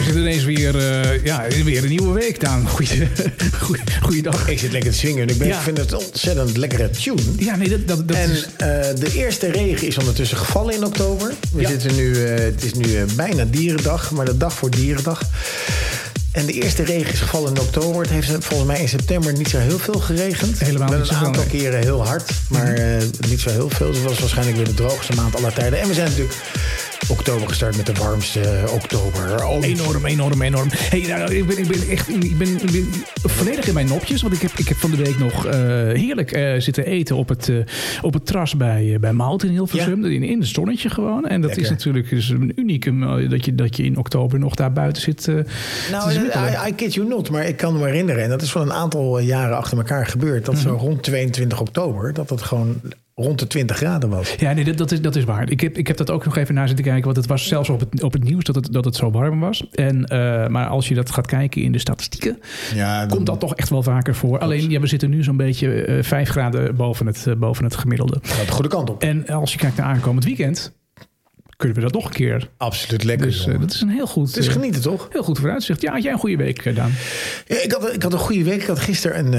het ineens weer een nieuwe week, Daan. Goeiedag. Ik zit lekker te swingen. Ik vind het een ontzettend lekkere tune. Ja, nee, dat en is... de eerste regen is ondertussen gevallen in oktober. We zitten nu, het is nu bijna Dierendag, maar de dag voor Dierendag. En de eerste regen is gevallen in oktober. Het heeft volgens mij in september niet zo heel veel geregend. Helemaal niet. Wel een aantal keren heel hard, maar niet zo heel veel. Dus het was waarschijnlijk weer de droogste maand aller tijden. En we zijn natuurlijk oktober gestart met de warmste oktober. Enorm. Hey, nou, ik ben volledig in mijn nopjes. Want ik heb van de week nog heerlijk zitten eten op het terras bij Mout in Hilversum. Ja. In het zonnetje gewoon. En dat is natuurlijk een unicum dat je in oktober nog daar buiten zit. I kid you not, maar ik kan me herinneren. En dat is van een aantal jaren achter elkaar gebeurd. Dat zo rond 22 oktober, dat het gewoon rond de 20 graden was. Ja, nee, dat is waar. Ik heb dat ook nog even naar zitten kijken. Want het was zelfs op het nieuws dat het zo warm was. Maar als je dat gaat kijken in de statistieken, komt dat toch echt wel vaker voor. Klopt. Alleen, we zitten nu zo'n beetje 5 graden boven het gemiddelde. Dat gaat de goede kant op. En als je kijkt naar aankomend weekend, kunnen we dat nog een keer. Absoluut lekker. Dus dat is een heel goed... Het is genieten, toch? Heel goed vooruitzicht. Ja, had jij een goede week, Daan? Ja, ik had een goede week. Ik had gisteren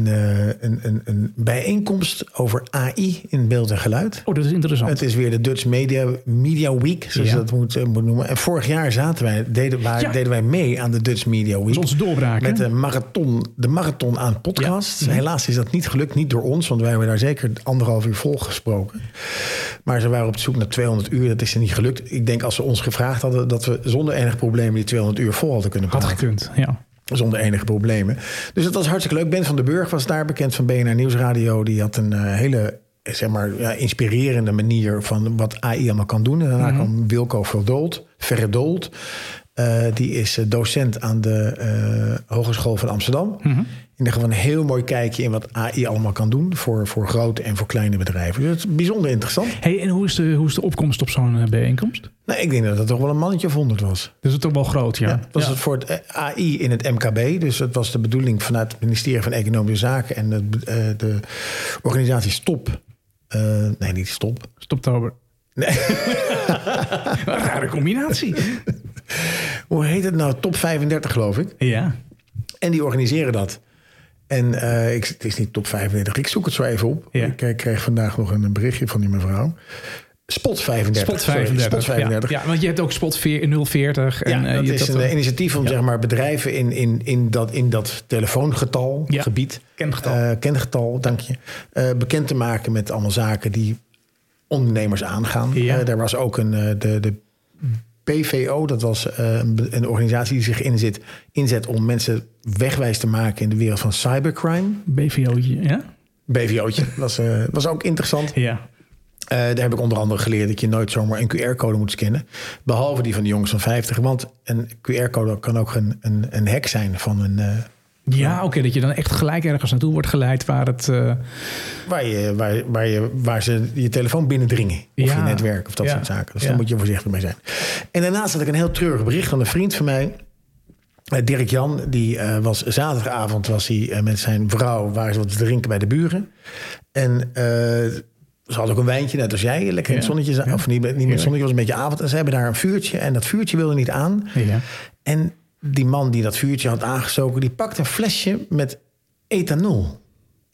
een bijeenkomst over AI in beeld en geluid. Oh, dat is interessant. Het is weer de Dutch Media Week, zoals je dat moet noemen. En vorig jaar deden wij mee aan de Dutch Media Week. Dat is onze doorbraak. Met de marathon aan podcasts. Ja. Helaas is dat niet gelukt, niet door ons, want wij hebben daar zeker 1,5 uur vol gesproken. Maar ze waren op zoek naar 200 uur. Dat is er niet gelukt. Ik denk als ze ons gevraagd hadden, dat we zonder enige problemen die 200 uur vol hadden kunnen praten. Had gekund, ja. Zonder enige problemen. Dus dat was hartstikke leuk. Ben van den Burg was daar, bekend van BNR Nieuwsradio. Die had een hele, inspirerende manier van wat AI allemaal kan doen. En daarna kwam Wilco Verdold. Die is docent aan de Hogeschool van Amsterdam. In ieder geval een heel mooi kijkje in wat AI allemaal kan doen voor grote en voor kleine bedrijven. Dus het is bijzonder interessant. Hey, en hoe is de opkomst op zo'n bijeenkomst? Nou, ik denk dat het toch wel een mannetje of 100 was. Dus het is toch wel groot, ja. Dat was het voor het AI in het MKB. Dus het was de bedoeling vanuit het ministerie van Economische Zaken en de organisatie Stop. Nee, niet Stop. Stoptober. Nee. Wat een rare combinatie. Hoe heet het nou? Top 35, geloof ik. Ja. En die organiseren dat. En het is niet top 35. Ik zoek het zo even op. Ja. Ik kreeg vandaag nog een berichtje van die mevrouw. Spot 35. Spot 35. Ja, want je hebt ook Spot 040. En, dat is een initiatief om zeg maar bedrijven in dat telefoongetal, gebied, kengetal, dank je, bekend te maken met allemaal zaken die ondernemers aangaan. Ja. Daar was ook de PVO, dat was een organisatie die zich inzet om mensen wegwijs te maken in de wereld van cybercrime. BVO'tje, ja? BVO'tje, was ook interessant. Ja. Daar heb ik onder andere geleerd dat je nooit zomaar een QR-code moet scannen. Behalve die van de jongens van 50. Want een QR-code kan ook een hack zijn van een... oké, dat je dan echt gelijk ergens naartoe wordt geleid waar het... Waar ze je telefoon binnendringen. Of je netwerk of dat soort zaken. Dus daar moet je voorzichtig mee zijn. En daarnaast had ik een heel treurig bericht van een vriend van mij. Dirk Jan, die was zaterdagavond met zijn vrouw, waren ze wat te drinken bij de buren. En ze had ook een wijntje, net als jij, lekker in het zonnetje. Ja. Of niet met het zonnetje, was een beetje avond. En ze hebben daar een vuurtje en dat vuurtje wilde niet aan. Ja. En die man die dat vuurtje had aangestoken, die pakt een flesje met ethanol.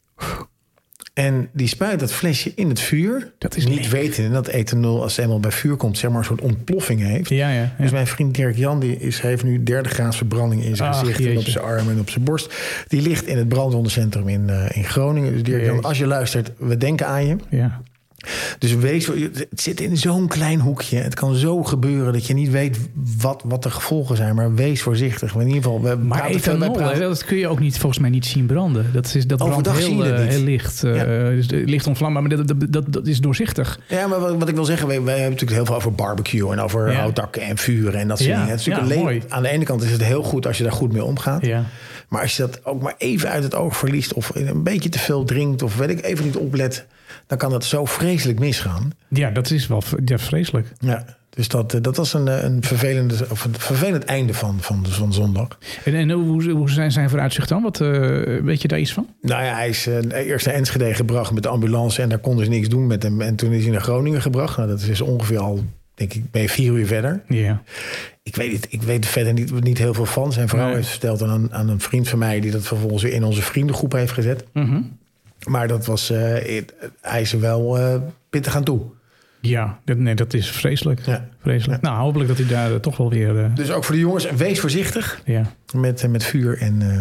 En die spuit dat flesje in het vuur. Dat is niet weten dat ethanol, als het eenmaal bij vuur komt, zeg maar een soort ontploffing heeft. Ja. Dus mijn vriend Dirk Jan, heeft nu 30 graden verbranding in zijn gezicht en op zijn armen en op zijn borst. Die ligt in het brandwondencentrum in Groningen. Dus Dirk Jan, als je luistert, we denken aan je. Ja. Dus het zit in zo'n klein hoekje. Het kan zo gebeuren dat je niet weet wat de gevolgen zijn. Maar wees voorzichtig. Maar in ieder geval, maar ethanol, dat kun je ook niet, volgens mij niet zien branden. Dat brandt heel licht. Licht ontvlambaar, maar dat is doorzichtig. Ja, maar wat ik wil zeggen, wij hebben natuurlijk heel veel over barbecue en over houtdakken en vuren en dat soort dingen. Het is natuurlijk mooi. Aan de ene kant is het heel goed als je daar goed mee omgaat. Ja. Maar als je dat ook maar even uit het oog verliest of een beetje te veel drinkt of weet ik even niet oplet, dan kan dat zo vreselijk misgaan. Ja, dat is wel vreselijk. Ja, dus dat was een vervelend einde van zondag. En hoe zijn zijn vooruitzichten dan? Wat weet je daar iets van? Nou ja, hij is eerst naar Enschede gebracht met de ambulance en daar konden ze niks doen met hem. En toen is hij naar Groningen gebracht. Nou, dat is ongeveer al denk ik, ben je 4 uur verder. Ja. Ik weet verder niet heel veel van. Zijn vrouw heeft verteld aan een vriend van mij... die dat vervolgens weer in onze vriendengroep heeft gezet. Mm-hmm. Maar dat was... hij is er wel pittig aan toe. Ja, dat is vreselijk. Ja. Vreselijk. Ja. Nou, hopelijk dat hij daar toch wel weer... Dus ook voor de jongens, wees voorzichtig. Ja. Met vuur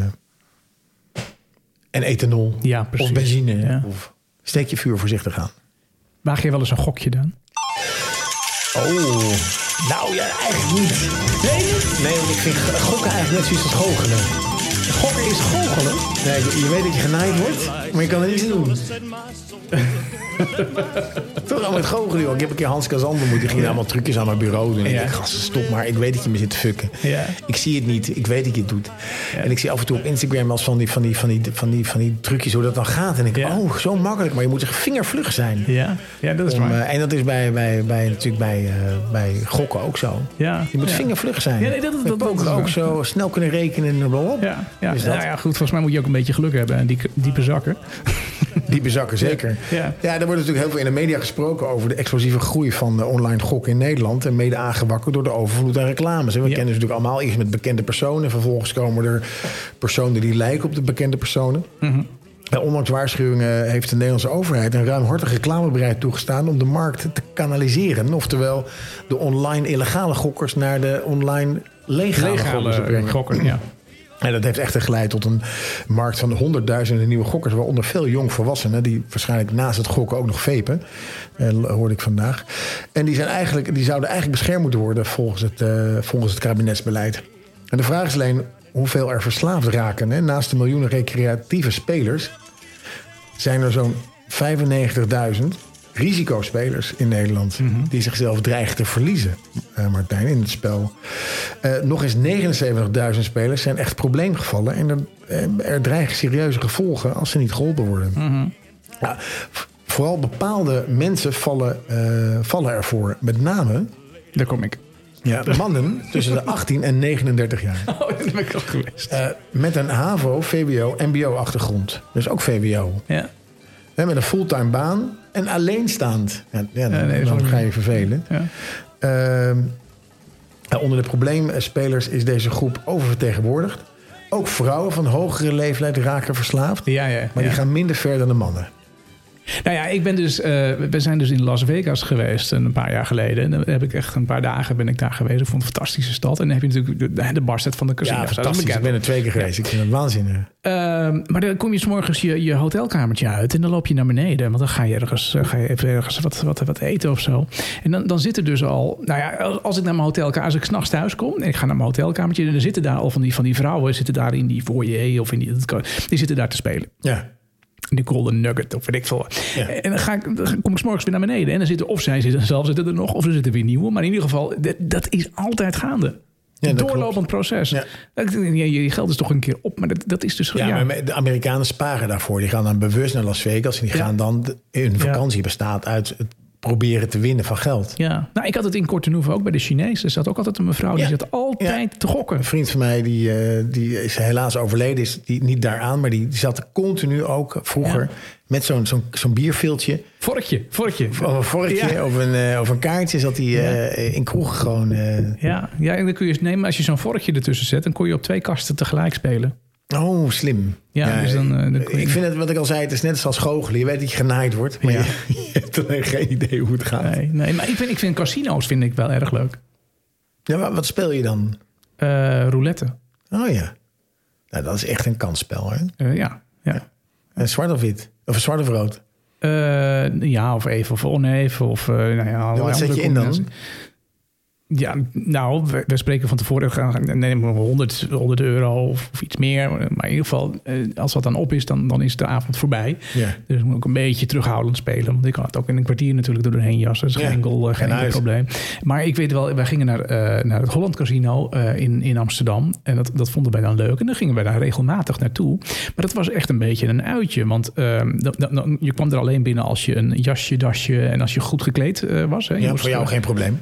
en ethanol. Ja, precies. Of benzine. Ja. Of steek je vuur voorzichtig aan. Waag je wel eens een gokje dan? Oh, nou ja, eigenlijk niet. Nee, want ik vind gokken eigenlijk net zoiets als goochelen. Gokken is goochelen? Nee, je weet dat je genaaid wordt, maar je kan er niets aan doen. Toch al met goochelen, joh. Ik heb een keer Hans Kazan ontmoet. Die ging allemaal trucjes aan mijn bureau doen. En ik dacht, gasten, stop maar. Ik weet dat je me zit te fucken. Ja. Ik zie het niet. Ik weet dat je het doet. Ja. En ik zie af en toe op Instagram als van die trucjes hoe dat dan gaat. En ik denk, oh, zo makkelijk. Maar je moet echt vingervlug zijn. Ja, dat is waar. En dat is natuurlijk bij gokken ook zo. Ja. Je moet vingervlug zijn. Ja, dat poker ook zo snel kunnen rekenen en blablabla. Ja. Dus nou ja, goed. Volgens mij moet je ook een beetje geluk hebben. En diepe zakken. Diepe zakken, zeker. Ja, er wordt natuurlijk heel veel in de media gesproken over de explosieve groei van online gokken in Nederland. En mede aangewakkerd door de overvloed aan reclames. We kennen ze natuurlijk allemaal eerst met bekende personen. Vervolgens komen er personen die lijken op de bekende personen. Mm-hmm. Ondanks waarschuwingen heeft de Nederlandse overheid een ruimhartig reclamebeleid toegestaan om de markt te kanaliseren. Oftewel de online illegale gokkers naar de online legale gokkers te brengen. Gokken, ja. En dat heeft echt geleid tot een markt van honderdduizenden nieuwe gokkers, waaronder veel jongvolwassenen die waarschijnlijk naast het gokken ook nog vapen. Hoorde ik vandaag. En die zouden eigenlijk beschermd moeten worden volgens het kabinetsbeleid. En de vraag is alleen hoeveel er verslaafd raken. Hè? Naast de miljoenen recreatieve spelers zijn er zo'n 95.000 risicospelers in Nederland. Mm-hmm. Die zichzelf dreigen te verliezen, Martijn, in het spel. Nog eens 79.000 spelers zijn echt probleemgevallen. En er dreigen serieuze gevolgen als ze niet geholpen worden. Mm-hmm. Ja, vooral bepaalde mensen vallen ervoor. Met name... Daar kom ik. Ja, mannen tussen de 18 en 39 jaar. Oh, dat ben ik ook geweest. Met een HAVO, VWO, MBO-achtergrond. Dus ook VWO. Ja. Met een fulltime baan en alleenstaand. Dan ga je vervelen. Ja. Onder de probleemspelers is deze groep oververtegenwoordigd. Ook vrouwen van hogere leeftijd raken verslaafd. Maar die gaan minder ver dan de mannen. Nou ja, we zijn dus in Las Vegas geweest een paar jaar geleden. En dan heb ik echt een paar dagen ben ik daar geweest. Ik vond het een fantastische stad. En dan heb je natuurlijk de barset van de casino. Ja, fantastisch. Ik ben er 2 keer geweest. Ik vind het waanzinnig. Maar dan kom je 's morgens je hotelkamertje uit en dan loop je naar beneden. Want dan ga je ergens wat eten of zo. En dan zit er dus al... Nou ja, als ik naar mijn hotelkamer... Als ik 's nachts thuis kom en ik ga naar mijn hotelkamertje... en dan zitten daar al van die vrouwen zitten daar in die foyer of die zitten daar te spelen. Ja. Die Golden Nugget of weet ik veel. Ja. En dan kom ik 's morgens weer naar beneden. En dan zitten zitten er nog, of er zitten weer nieuwe. Maar in ieder geval, dat is altijd gaande. Ja, een doorlopend proces. Ja. Je geld is toch een keer op, maar dat is dus... Ja, maar de Amerikanen sparen daarvoor. Die gaan dan bewust naar Las Vegas. En die gaan dan... Hun vakantie bestaat uit het proberen te winnen van geld. Ja, nou, ik had het in Courteneuve ook bij de Chinezen. Er zat ook altijd een mevrouw die zat altijd te gokken. Een vriend van mij, die is helaas overleden, is die niet daaraan, maar die zat continu ook vroeger met zo'n bierviltje. Vorkje. Of een vorkje of een kaartje zat hij in kroegen gewoon. Ja, en dan kun je nemen als je zo'n vorkje ertussen zet, dan kon je op 2 kasten tegelijk spelen. Oh, slim. Ja, dus dan ik vind het, wat ik al zei, het is net zoals goochelen. Je weet dat je genaaid wordt, maar je hebt alleen geen idee hoe het gaat. Nee, maar ik vind casino's wel erg leuk. Ja, maar wat speel je dan? Roulette. Oh ja. Nou, dat is echt een kansspel, hè? Ja. En zwart of wit? Of zwart of rood? Of even of oneven. Of, wat zet je in dan? Ja, nou, we spreken van tevoren, nemen we 100 euro of iets meer. Maar in ieder geval, als dat dan op is, dan is de avond voorbij. Ja. Dus ik moet ook een beetje terughoudend spelen. Want ik kan het ook in een kwartier natuurlijk doorheen jassen. Dat is geen enkel probleem. Maar ik weet wel, wij gingen naar het Holland Casino in Amsterdam. En dat vonden wij dan leuk. En dan gingen wij daar regelmatig naartoe. Maar dat was echt een beetje een uitje. Want je kwam er alleen binnen als je een jasje, dasje en als je goed gekleed was. Hè. Voor jou geen probleem.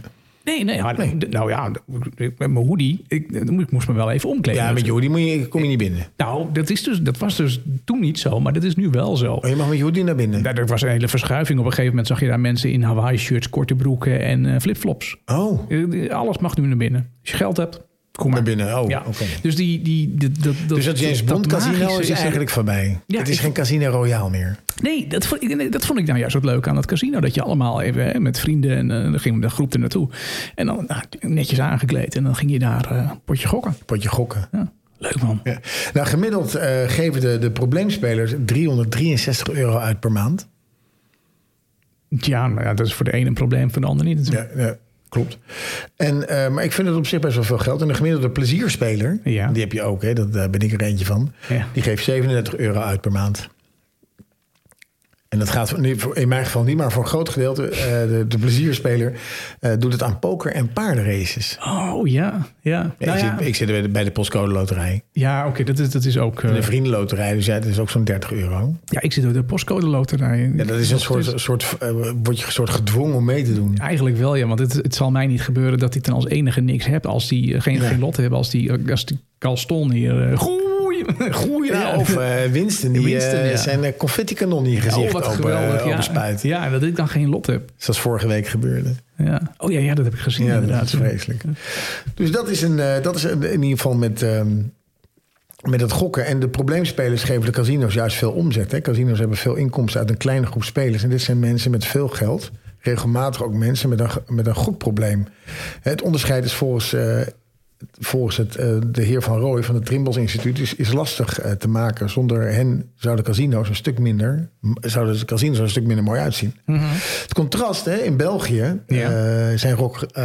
Nee. Nou ja, met mijn hoodie, ik moest me wel even omkleden. Ja, met je hoodie kom je niet binnen. Nou, dat was dus toen niet zo, maar dat is nu wel zo. Oh, je mag met je hoodie naar binnen? Er was een hele verschuiving. Op een gegeven moment zag je daar mensen in Hawaii-shirts, korte broeken en flipflops. Oh. Alles mag nu naar binnen. Als je geld hebt, kom maar. Naar binnen, ja. Okay. Dus dus dat James Bond casino is eigenlijk voorbij. Ja, het is geen Casino Royale meer. Nee, dat vond ik nou juist het leuke aan het casino. Dat je allemaal even met vrienden en dan ging de groep er naartoe. En dan netjes aangekleed. En dan ging je daar potje gokken. Potje gokken. Ja. Leuk man. Ja. Nou, gemiddeld geven de probleemspelers €363 uit per maand. Ja, nou ja, dat is voor de ene een probleem, voor de ander niet natuurlijk. Ja. Klopt. Maar ik vind het op zich best wel veel geld. En de gemiddelde plezierspeler, die heb je ook, hè, daar ben ik er eentje van. Ja. Die geeft €37 uit per maand. En dat gaat in mijn geval niet, maar voor een groot gedeelte, de plezierspeler doet het aan poker en paardenraces. Oh ja. Ik zit bij de postcode loterij. Ja, oké, dat is ook... de vriendenloterij, dus dat is ook zo'n €30. Ja, ik zit bij de postcode loterij. Ja, dat is een soort word je een soort gedwongen om mee te doen. Eigenlijk wel, ja, want het zal mij niet gebeuren dat ik dan als enige niks heb. Als die geen lot hebben, als die Gaston hier... Of winsten die zijn confetti-kanon in je gezicht open spuit. Ja, dat ik dan geen lot heb. Zoals vorige week gebeurde. Ja. Oh ja, dat heb ik gezien inderdaad. Dat is vreselijk. Ja. Dus dat is in ieder geval met het gokken. En de probleemspelers geven de casino's juist veel omzet. Hè. Casino's hebben veel inkomsten uit een kleine groep spelers. En dit zijn mensen met veel geld. Regelmatig ook mensen met een gokprobleem. Het onderscheid is volgens de heer Van Rooij van het Trimbos Instituut is lastig te maken. Zonder hen zouden de casino's een stuk minder mooi uitzien. Mm-hmm. Het contrast in België zijn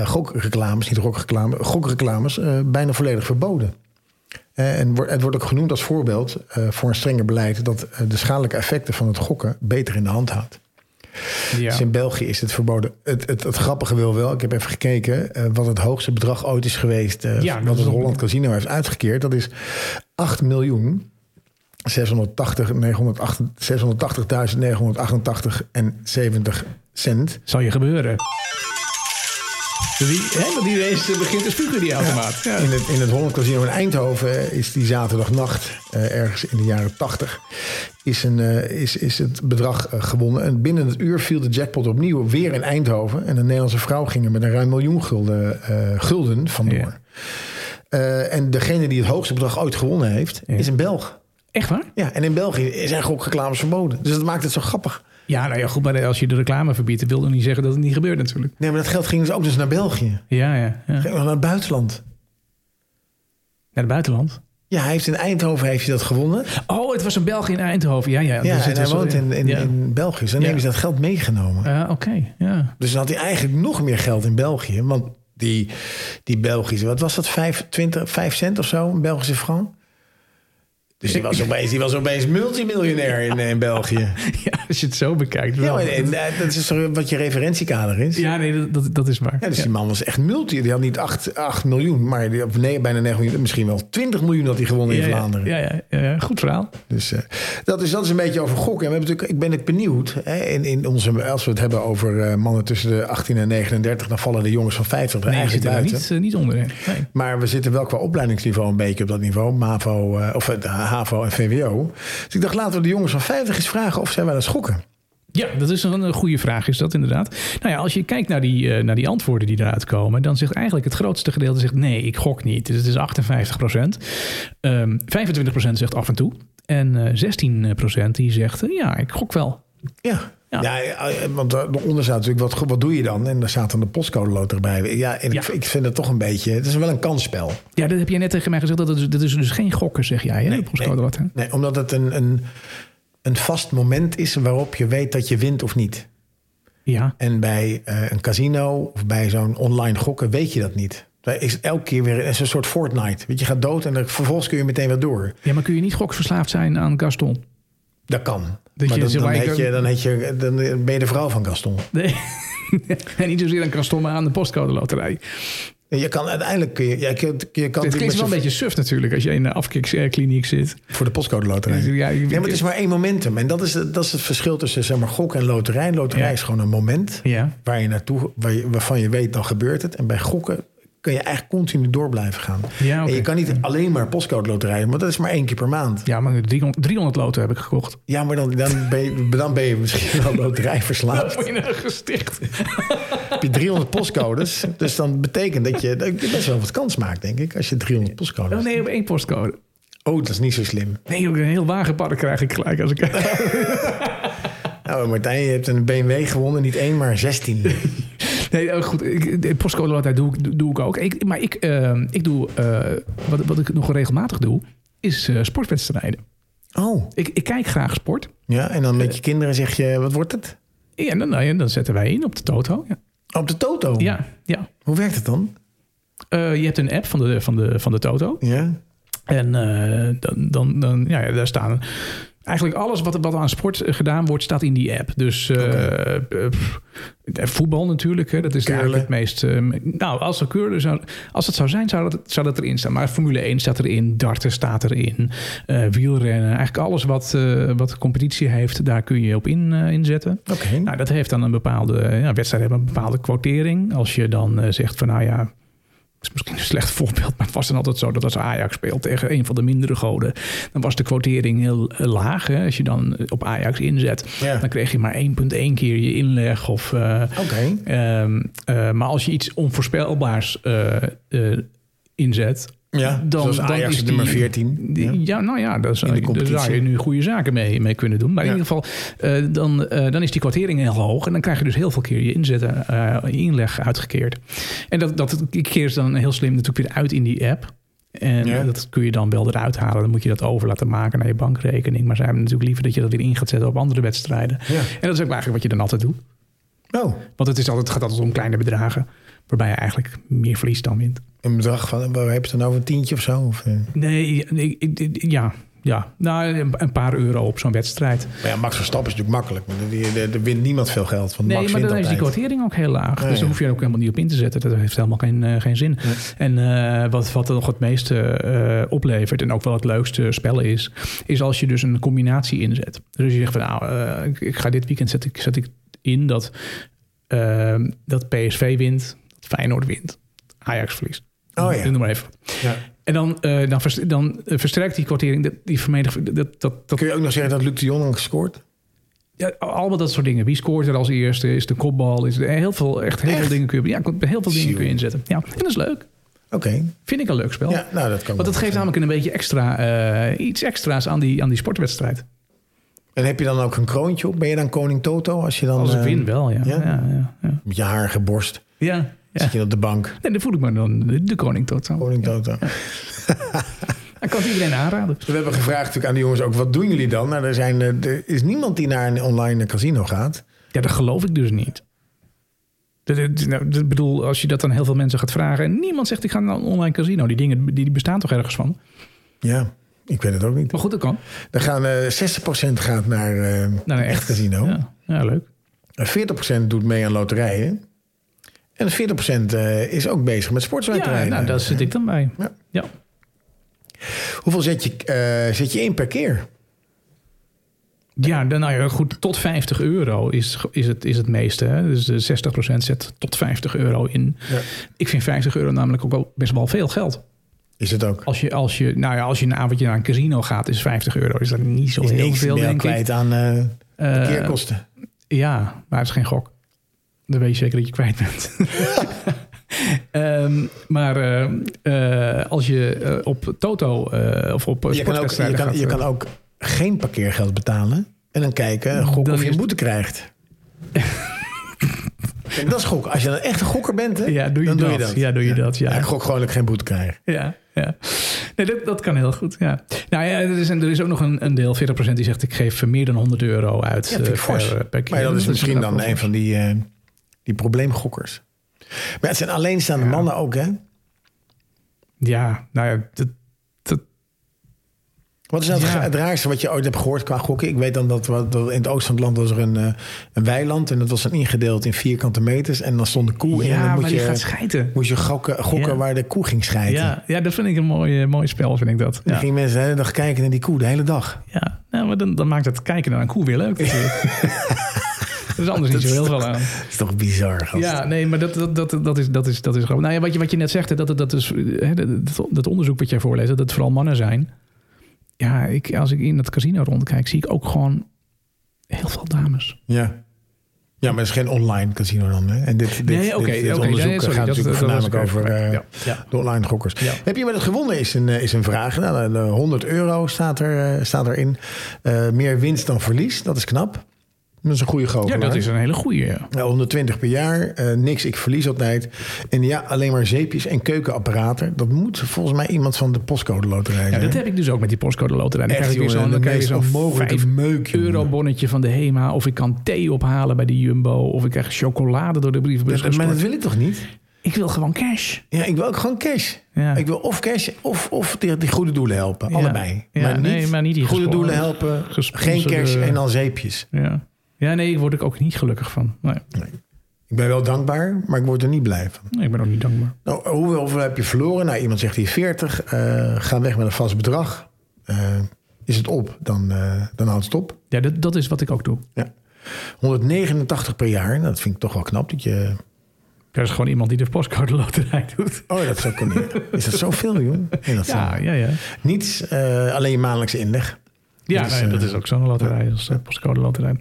gokreclames bijna volledig verboden. En het wordt ook genoemd als voorbeeld voor een strenger beleid dat de schadelijke effecten van het gokken beter in de hand houdt. Ja. Dus in België is het verboden. Het grappige wil wel, ik heb even gekeken wat het hoogste bedrag ooit is geweest wat het Holland Casino heeft uitgekeerd. Dat is 8.680.980 en 70 cent. Zal je gebeuren. Die race begint te spugen, die automaat. Ja. In het Holland Casino in Eindhoven is die zaterdagnacht, ergens in de jaren 80, is het bedrag gewonnen. En binnen het uur viel de jackpot opnieuw weer in Eindhoven. En een Nederlandse vrouw ging er met een ruim miljoen gulden vandoor. Ja. En degene die het hoogste bedrag ooit gewonnen heeft, is een Belg. Echt waar? Ja, en in België zijn gokreclames verboden. Dus dat maakt het zo grappig. Ja, nou ja, goed, maar als je de reclame verbiedt, wil dat niet zeggen dat het niet gebeurt natuurlijk. Nee, maar dat geld ging dus ook naar België. Ja. Ging nog naar het buitenland. Naar het buitenland? Ja, hij heeft in Eindhoven dat gewonnen. Oh, het was een Belg in Eindhoven. Ja, dus en hij woont in België. Dus dan hebben ze dat geld meegenomen. Oké. Dus dan had hij eigenlijk nog meer geld in België. Want die Belgische, wat was dat? 5 cent of zo, een Belgische frank? Dus die was opeens multimiljonair in België. Ja, als je het zo bekijkt. Wel. Ja, maar dat is wat je referentiekader is. Ja, nee, dat is waar. Ja, dus die man was echt multi. Die had niet 8 miljoen, maar bijna 9 miljoen. Misschien wel 20 miljoen had hij gewonnen in Vlaanderen. Ja, goed verhaal. Dus dat is een beetje over gokken. En we hebben natuurlijk, ik ben benieuwd. Als we het hebben over mannen tussen de 18 en 39... dan vallen de jongens van 50 er eigenlijk buiten. Niet onder. Nee. Maar we zitten wel qua opleidingsniveau een beetje op dat niveau. MAVO of HAVO en VWO. Dus ik dacht, laten we de jongens van 50 eens vragen of zij wel eens gokken. Ja, dat is een goede vraag, is dat inderdaad. Nou ja, als je kijkt naar die antwoorden die eruit komen, dan zegt eigenlijk het grootste gedeelte nee, ik gok niet. Dus het is 58%. 25% zegt af en toe. En 16% die zegt, ja, ik gok wel. Ja. Want daaronder staat natuurlijk, wat doe je dan? En daar staat dan de postcode loterij bij. Ja, en ik vind het toch een beetje... Het is wel een kansspel. Ja, dat heb je net tegen mij gezegd. Dat is dus geen gokken, zeg jij, hè? Nee, de postcode loterij. Nee, omdat het een vast moment is waarop je weet dat je wint of niet. Ja. En bij een casino of bij zo'n online gokken weet je dat niet. Dat is elke keer weer een soort Fortnite. Weet je, gaat dood en vervolgens kun je meteen weer door. Ja, maar kun je niet gokverslaafd zijn aan Gaston? Dat kan. Maar dan ben je de vrouw van Gaston. Nee, en niet zozeer aan Gaston, maar aan de postcode loterij. Je kan uiteindelijk... Je kan het klinkt wel een beetje suf natuurlijk als je in een afkikkliniek zit. Voor de postcode loterij. Ja, nee, maar het is maar één momentum. En dat is het verschil tussen zeg maar, gok en loterij. Loterij is gewoon een moment waar je naartoe... waarvan je weet, dan gebeurt het. En bij gokken kun je eigenlijk continu door blijven gaan. Ja, en je kan niet alleen maar postcode loterij, maar dat is maar 1 keer per maand. Ja, maar 300 loten heb ik gekocht. Ja, maar dan ben je misschien wel loterij verslaafd. Dan word je gesticht. Heb je 300 postcodes, dus dan betekent dat je best wel wat kans maakt, denk ik, als je 300 postcodes... Oh nee, op 1 postcode. Oh, dat is niet zo slim. Nee, ook een heel wagenpark krijg ik gelijk als ik... Nou, Martijn, je hebt een BMW gewonnen, niet 1, maar 16. Nee, goed. De postcode loterij doe ik ook. Ik doe... wat ik nog regelmatig doe, is sportwedstrijden. Oh. Ik kijk graag sport. Ja, en dan met je kinderen zeg je, wat wordt het? Ja, dan zetten wij in op de Toto. Ja. Op de Toto? Ja. Hoe werkt het dan? Je hebt een app van de Toto. Ja. En daar staan... Eigenlijk alles wat aan sport gedaan wordt, staat in die app. Dus voetbal natuurlijk. Hè, dat is eigenlijk het meest... als het zou zijn, zou dat erin staan. Maar Formule 1 staat erin. Darten staat erin. Wielrennen. Eigenlijk alles wat competitie heeft, daar kun je op inzetten. Okay. Nou, dat heeft dan een bepaalde... wedstrijden hebben een bepaalde quotering. Als je dan zegt van dat is misschien een slecht voorbeeld, maar het was dan altijd zo dat als Ajax speelt tegen een van de mindere goden, dan was de quotering heel laag. Hè? Als je dan op Ajax inzet, dan kreeg je maar 1,1 keer je inleg. Maar als je iets onvoorspelbaars inzet, zoals Ajax is nummer 14. Daar zou je nu goede zaken mee kunnen doen. Maar in ieder geval, dan is die quotering heel hoog. En dan krijg je dus heel veel keer je inleg uitgekeerd. En dat keert dan heel slim natuurlijk weer uit in die app. En dat kun je dan wel eruit halen. Dan moet je dat over laten maken naar je bankrekening. Maar zij hebben natuurlijk liever dat je dat weer in gaat zetten op andere wedstrijden. Ja. En dat is ook eigenlijk wat je dan altijd doet. Oh. Want het gaat altijd om kleine bedragen. Waarbij je eigenlijk meer verliest dan wint. Een bedrag van, waar heb je het dan over, een tientje of zo? Of? Nee, een paar euro op zo'n wedstrijd. Maar Max Verstappen is natuurlijk makkelijk. Maar er wint niemand veel geld. Want Max maar dan is die quotering ook heel laag. Dus daar hoef je er ook helemaal niet op in te zetten. Dat heeft helemaal geen zin. Nee. En wat er nog het meeste oplevert... en ook wel het leukste spel is als je dus een combinatie inzet. Dus je zegt van ik ga dit weekend zet ik in dat PSV wint, dat Feyenoord wint, Ajax verliest. Oh ja. Noem maar even. Ja. En dan versterkt die kwartering, die vermenigvuldiging. Dat kun je ook nog zeggen dat Luc de Jong gescoord? Ja, allemaal dat soort dingen. Wie scoort er als eerste? Is de kopbal? Is er heel veel dingen kun je inzetten. Ja, en dat is leuk. Oké. Vind ik een leuk spel. Ja, nou, dat kan. Want dat geeft namelijk een beetje iets extra's aan die sportwedstrijd. En heb je dan ook een kroontje op? Ben je dan koning Toto? Als ik win wel, ja. Ja. Met je harige borst. Ja. Zit je op de bank. Nee, dan voel ik me dan de koning Toto. Koning Toto. Ja. Ik kan het iedereen aanraden. We hebben gevraagd natuurlijk aan de jongens ook, wat doen jullie dan? Nou, er is niemand die naar een online casino gaat. Ja, dat geloof ik dus niet. Ik bedoel, als je dat aan heel veel mensen gaat vragen... en niemand zegt, ik ga naar een online casino. Die dingen die bestaan toch ergens van? Ja, ik weet het ook niet. Maar goed, dat kan. Er gaan 60% gaat naar een echt casino. Ja, leuk. 40% doet mee aan loterijen. En 40% is ook bezig met sportswedstrijden. Ja, daar zit ik dan bij. Ja. Hoeveel zet je in per keer? Ja, goed, tot €50 is het meeste. Hè? Dus de 60% zet tot €50 in. Ja. Ik vind €50 namelijk ook wel best wel veel geld. Is het ook? Als je een avondje naar een casino gaat, is €50. Is dat niet zo heel veel, denk ik. Kwijt aan parkeerkosten. Ja, maar het is geen gok. Dan weet je zeker dat je kwijt bent. Als je op Toto of op sportwedstrijden je kan ook geen parkeergeld betalen en dan kijken gokken of je een boete krijgt. Kijk, dat is gokken. Als je een echte gokker bent, hè, dan doe je dat. Ja, doe je dat. Ja. Ik gok gewoon dat ik geen boete krijg. Ja. Nee, dat kan heel goed. Ja. Nou ja, er is ook nog een deel, 40% die zegt, ik geef meer dan €100 uit per keer. Maar dat is misschien dan een van die probleemgokkers. Maar het zijn alleenstaande mannen ook, hè? Ja, nou ja, Wat is nou het raarste wat je ooit hebt gehoord qua gokken? Ik weet dan dat in het oosten van het land was er een weiland. En dat was dan ingedeeld in vierkante meters. En dan stond de koe in. Ja, maar die gaat schijten. Moest je gokken waar de koe ging schijten. Ja, dat vind ik een mooi spel, vind ik dat. Ja. Dan gingen mensen de hele dag kijken naar die koe, de hele dag. Ja, nou, maar dan maakt het kijken naar een koe weer leuk. Er is anders niet zo heel veel aan. Dat is toch bizar, gast. Ja, nee, maar dat is grappig. Nou ja, wat je net zegt, dat onderzoek wat jij voorleest, dat het vooral mannen zijn. Ja, als ik in het casino rondkijk, zie ik ook gewoon heel veel dames. Ja. Ja, maar het is geen online casino dan. Hè? En dit onderzoek gaat natuurlijk voornamelijk over de online gokkers. Ja. Heb je wel het gewonnen is een vraag. Nou, €100 staat erin. Meer winst dan verlies, dat is knap. Dat is een goede goochelaar. Ja, dat is een hele goede. Ja. 120 per jaar, niks, ik verlies altijd. En ja, alleen maar zeepjes en keukenapparaten. Dat moet volgens mij iemand van de postcode loterij zijn. Ja, dat heb ik dus ook met die postcode loterij. Dan krijg je zo'n €5 van de HEMA. Of ik kan thee ophalen bij de Jumbo. Of ik krijg chocolade door de brievenbus gestort. Maar dat wil ik toch niet? Ik wil gewoon cash. Ja, ik wil ook gewoon cash. Ja. Ik wil of cash of die goede doelen helpen. Allebei. Ja, maar niet die goede doelen helpen, geen cash en dan zeepjes. Ja. Ja, nee, daar word ik ook niet gelukkig van. Nee. Ik ben wel dankbaar, maar ik word er niet blij van. Nee, ik ben ook niet dankbaar. Nou, hoeveel heb je verloren? Nou, iemand zegt hier 40. Ga weg met een vast bedrag. Is het op, dan houdt het op. Ja, dat is wat ik ook doe. Ja. 189 per jaar, nou, dat vind ik toch wel knap. Er is gewoon iemand die de postcode loterij doet. Oh, dat zou kunnen. Is dat zoveel, joh? Ja. Niets, alleen je maandelijkse inleg. Ja, dat is ook zo'n loterij als postcode loterij.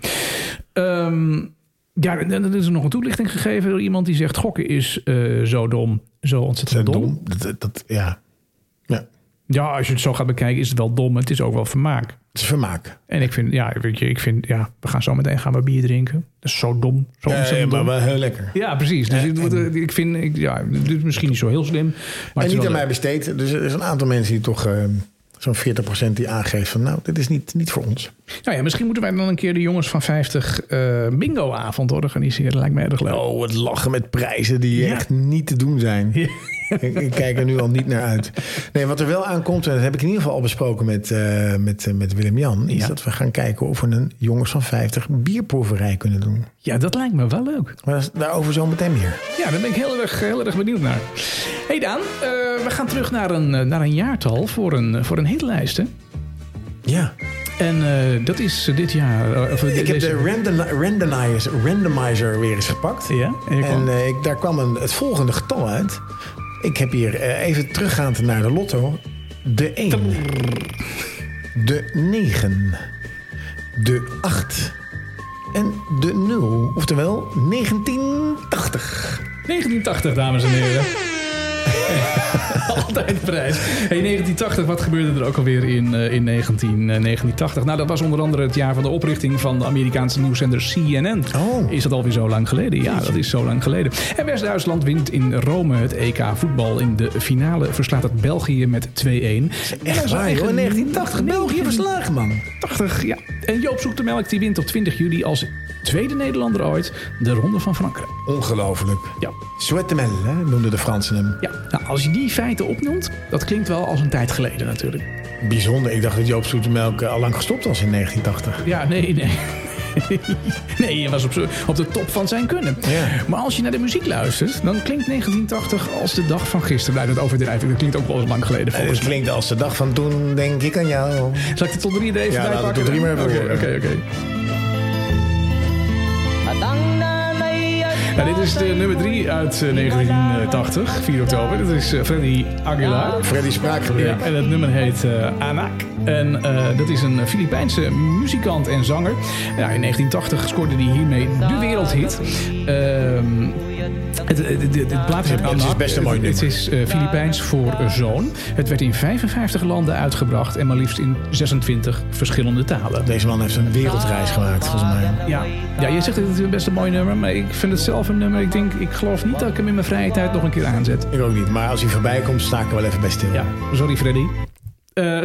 Er is nog een toelichting gegeven door iemand die zegt... gokken is zo dom, zo ontzettend dom. Ja. Ja, als je het zo gaat bekijken is het wel dom. Het is ook wel vermaak. Het is vermaak. En ik vind, we gaan zo meteen bier drinken. Dat is zo dom. Zo ontzettend dom. Maar wel heel lekker. Ja, precies. Dus ik vind, dit is misschien niet zo heel slim. Maar en niet aan mij besteed. Dus er is een aantal mensen die toch... zo'n 40% die aangeeft van dit is niet voor ons. Nou ja, misschien moeten wij dan een keer de jongens van 50 bingo-avond organiseren. Lijkt me erg leuk. Oh, het lachen met prijzen die echt niet te doen zijn. Ja. Ik kijk er nu al niet naar uit. Nee, wat er wel aankomt, en dat heb ik in ieder geval al besproken met Willem-Jan... is dat we gaan kijken of we een jongens van 50 bierproeverij kunnen doen. Ja, dat lijkt me wel leuk. Maar daarover zo meteen meer. Ja, daar ben ik heel erg benieuwd naar. Hey Daan, we gaan terug naar een jaartal voor een hitlijst, hè? Ja. En dat is dit jaar... ik heb de randomizer weer eens gepakt. Ja, en daar kwam het volgende getal uit. Ik heb hier even teruggaand naar de lotto. De 1. De 9. De 8. En de 0. Oftewel 1980. 1980, dames en heren. Altijd prijs. Hey, 1980, wat gebeurde er ook alweer in 1980? Nou, dat was onder andere het jaar van de oprichting van de Amerikaanse nieuwszender CNN. Oh. Is dat alweer zo lang geleden? Ja, dat is zo lang geleden. En West-Duitsland wint in Rome het EK voetbal. In de finale verslaat het België met 2-1. Echt waar, joh. In 1980 België verslagen, man. 80, ja. En Joop Zoetemelk die wint op 20 juli als tweede Nederlander ooit de Ronde van Frankrijk. Ongelooflijk. Ja. Souhaitemel, noemden de Fransen hem. Ja, nou, als je die feiten opnoemt, dat klinkt wel als een tijd geleden natuurlijk. Bijzonder. Ik dacht dat Joop Zoetemelk al lang gestopt was in 1980. Ja, nee. Nee, hij was op de top van zijn kunnen. Ja. Maar als je naar de muziek luistert, dan klinkt 1980 als de dag van gisteren. Blijf het overdrijven. Dat klinkt ook wel eens lang geleden. Het klinkt als de dag van toen, denk ik aan jou. Zal ik de tot 3 er even bij pakken? Ja, tot 3 maar even. Oké. Nou, dit is de nummer 3 uit 1980, 4 oktober. Dit is Freddy Aguilar. Freddy Spraakgebrek. Ja, en het nummer heet Anak. En dat is een Filipijnse muzikant en zanger. Nou, in 1980 scoorde hij hiermee de wereldhit. Het plaat is Anak. Het is best een mooi nummer. Het is Filipijns voor zoon. Het werd in 55 landen uitgebracht en maar liefst in 26 verschillende talen. Deze man heeft een wereldreis gemaakt, volgens mij. Ja, je zegt dat het best een mooi nummer, maar ik vind het zelf een nummer. Ik geloof niet dat ik hem in mijn vrije tijd nog een keer aanzet. Ik ook niet, maar als hij voorbij komt, sta ik er wel even bij stil. Ja, sorry Freddy.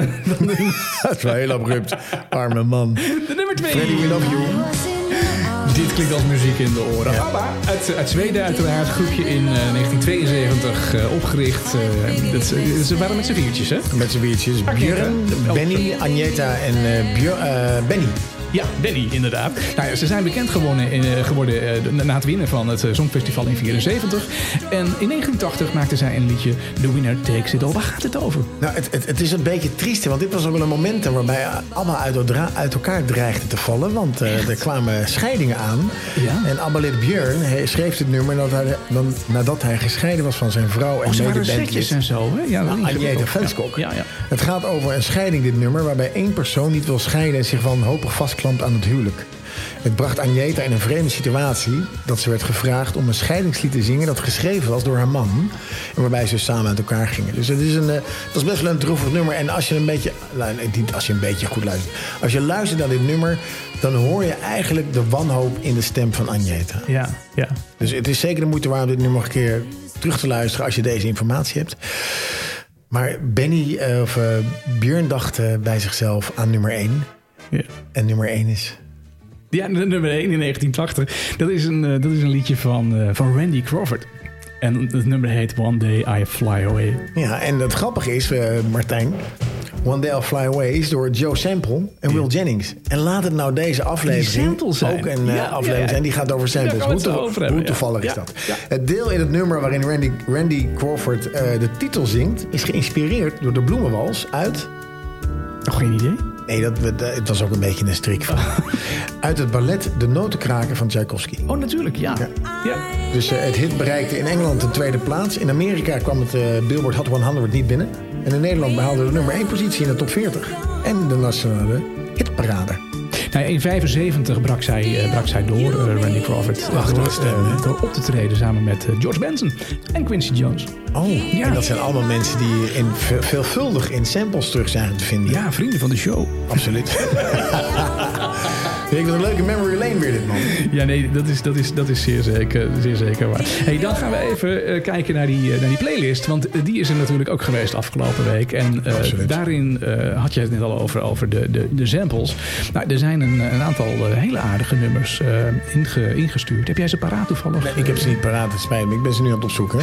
Dat is wel heel abrupt. Arme man. De nummer 2. Freddy, we love you. Dit klinkt als muziek in de oren. Ja. ABBA, uit Zweden uiteraard. Groepje in 1972 opgericht. Ze waren met z'n viertjes, hè? Met z'n viertjes. Björn, Benny, Agneta en Benny. Ja, Benny, inderdaad. Nou ja, ze zijn bekend geworden na het winnen van het Songfestival in 1974. En in 1980 maakten zij een liedje The Winner Takes It All. Waar gaat het over? Nou, het is een beetje triest, want dit was ook wel een moment waarbij ABBA uit elkaar dreigde te vallen. Want er kwamen scheidingen aan. Ja? En ABBA-lid Björn schreef dit nummer nadat hij gescheiden was van zijn vrouw en medebandlid. En zo, hè? Ja, Agneta Fältskog. Ja. Het gaat over een scheiding, dit nummer, waarbij één persoon niet wil scheiden en zich wanhopig vastklampt aan het huwelijk. Het bracht Agneta in een vreemde situatie dat ze werd gevraagd om een scheidingslied te zingen dat geschreven was door haar man en waarbij ze samen uit elkaar gingen. Dus het is best wel een droevig nummer. En als je een beetje goed luistert. Als je luistert naar dit nummer, dan hoor je eigenlijk de wanhoop in de stem van Agneta. Ja. Dus het is zeker de moeite waard om dit nummer nog een keer terug te luisteren als je deze informatie hebt. Maar Björn dacht bij zichzelf aan nummer 1. Ja. En nummer 1 is... Ja, nummer 1 in 1980. Dat is een liedje van Randy Crawford. En het nummer heet One Day I Fly Away. Ja, en het grappige is, Martijn... One Day I'll Fly Away is door Joe Sample en Will Jennings. En laat het nou deze aflevering ook een aflevering zijn. Die gaat over samples. Hoe toevallig is dat? Ja. Het deel in het nummer waarin Randy Crawford de titel zingt... is geïnspireerd door de bloemenwals uit... Nog geen idee? Nee, het was ook een beetje een strik van. Uit het ballet De Notenkraker van Tchaikovsky. Oh, natuurlijk, ja. Dus het hit bereikte in Engeland de tweede plaats. In Amerika kwam het Billboard Hot 100 niet binnen. En in Nederland behaalde de nummer 1 positie in de top 40. En de nationale hitparade. Nou, in 1975 brak zij door, Randy Crawford. Door op te treden samen met George Benson en Quincy Jones. Oh, ja. En dat zijn allemaal mensen die veelvuldig in samples terug zijn te vinden. Ja, vrienden van de show. Absoluut. Ik vind een leuke memory lane weer dit, man. Ja, nee, dat is zeer zeker waar. Hey, dan gaan we even kijken naar die playlist. Want die is er natuurlijk ook geweest afgelopen week. En daarin had je het net al over de samples. Nou, er zijn een aantal hele aardige nummers ingestuurd. Heb jij ze paraat toevallig? Nee, ik heb ze niet paraat, het spijt me. Ik ben ze nu aan het opzoeken.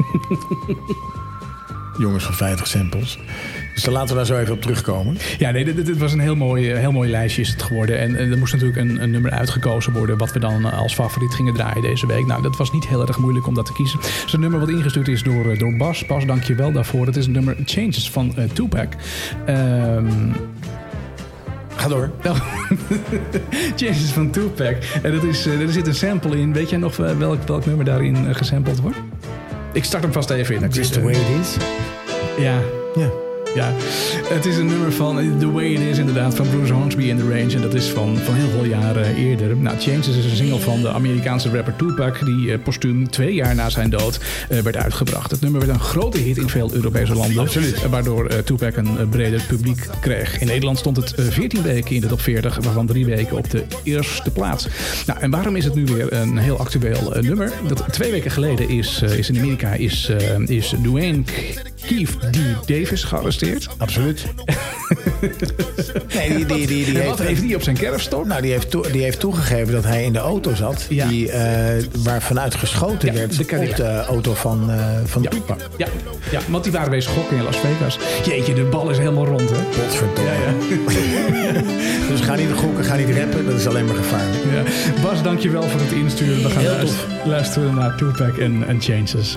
Jongens van 50 samples. Dus dan laten we daar zo even op terugkomen. Ja, nee, dit was een heel mooi lijstje is het geworden. En er moest natuurlijk een nummer uitgekozen worden... wat we dan als favoriet gingen draaien deze week. Nou, dat was niet heel erg moeilijk om dat te kiezen. Het is een nummer wat ingestuurd is door Bas. Bas, dank je wel daarvoor. Het is een nummer Changes van Tupac. Ga door. Changes van Tupac. En er zit een sample in. Weet jij nog welk nummer daarin gesampled wordt? Ik start hem vast even in. Just the way it is? Ja. Ja, het is een nummer van The Way It Is inderdaad van Bruce Hornsby in The Range. En dat is van heel veel jaren eerder. Nou, Changes is een single van de Amerikaanse rapper Tupac... die postuum 2 jaar na zijn dood werd uitgebracht. Het nummer werd een grote hit in veel Europese landen. Absoluut. Waardoor Tupac een breder publiek kreeg. In Nederland stond het 14 weken in de top 40... waarvan 3 weken op de eerste plaats. Nou, en waarom is het nu weer een heel actueel nummer? Dat 2 weken geleden is in Amerika is Dwayne Keith D. Davis gearresteerd. Absoluut. Nee, die heeft hij op zijn kerfstok? Nou, die heeft toegegeven dat hij in de auto zat. Ja. Waar vanuit geschoten werd op de auto van Tupac. Ja, want die waren bezig gokken in Las Vegas. Jeetje, de bal is helemaal rond, hè? Potverdomme. Ja. Dus ga niet gokken, ga niet rappen. Dat is alleen maar gevaarlijk. Ja. Bas, dankjewel voor het insturen. We gaan luisteren naar Tupac en Changes.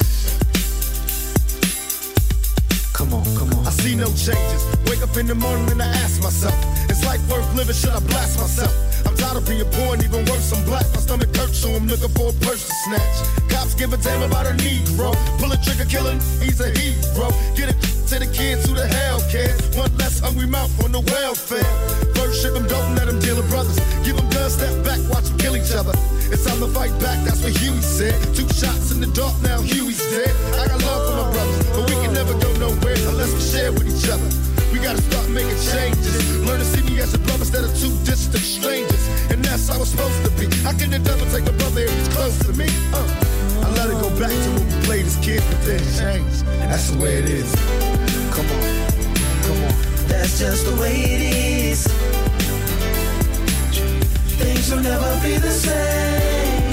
Come on. I see no changes. Wake up in the morning and I ask myself, is life worth living? Should I blast myself? I'm tired of being poor and even worse, I'm black. My stomach hurts, so I'm looking for a purse to snatch. Cops give a damn about a Negro. Pull a trigger, kill him, he's a hero. Get it to the kids who the hell cares. One less hungry mouth on the welfare. First ship them, don't let them deal with brothers. Give them guns, step back, watch them kill each other. It's time to fight back, that's what Huey said. 2 shots in the dark, now Huey's dead. I got love for my brothers, but we can never go nowhere unless we share with each other. We gotta start making changes. Learn to see me as a brother instead of 2 distant strangers. And that's how it's supposed to be. How can the devil take a brother if he's close to me? I let it go back to when we played as kids, but then it changed. And that's the way it is. Come on. That's just the way it is. Things things will never be the same.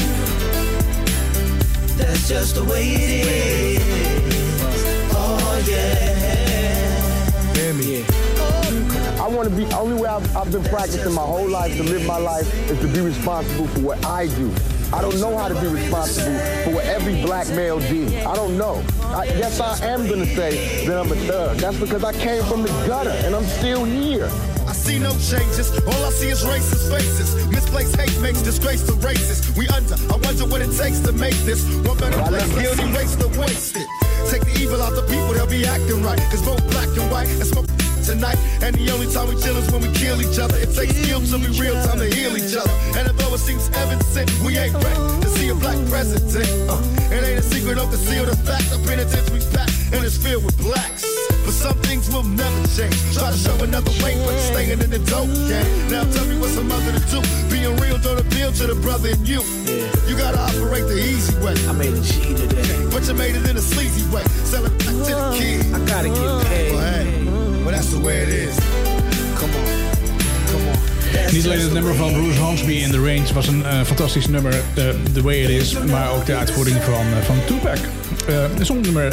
That's just the way it is. Oh yeah. Hear me. I want to be, only way I've been practicing my whole life to live my life is to be responsible for what I do. I don't know how to be responsible for what every black male did. I don't know. Yes, I am going to say that I'm a thug. That's because I came from the gutter and I'm still here. I see no changes, all I see is racist faces. Misplaced hate makes disgrace to races. We under, I wonder what it takes to make this one better place. Let's erase the wasted. Take the evil out the people, they'll be acting right. Cause both black and white and smoke tonight. And the only time we chill is when we kill each other. It takes skill to be real time to heal each other. And although it seems evident, we ain't ready to see a black president. It ain't a secret, don't conceal the fact. The penitentiary's packed and it's filled with blacks. But some things will never change. Try to show another way, but you're staying in the dope game. Now tell me what's a mother to do. Being real don't appeal to the brother in you. You gotta operate the easy way. I made a G today, but you made it in a sleazy way. Sell it back to the kid. I gotta get paid. Well, hey, well that's the way it is. Come on, come on. Niet alleen het nummer van Bruce Hornsby in The Range was een fantastisch nummer, The Way It Is, maar ook de uitvoering van Tupac. Zo'n nummer...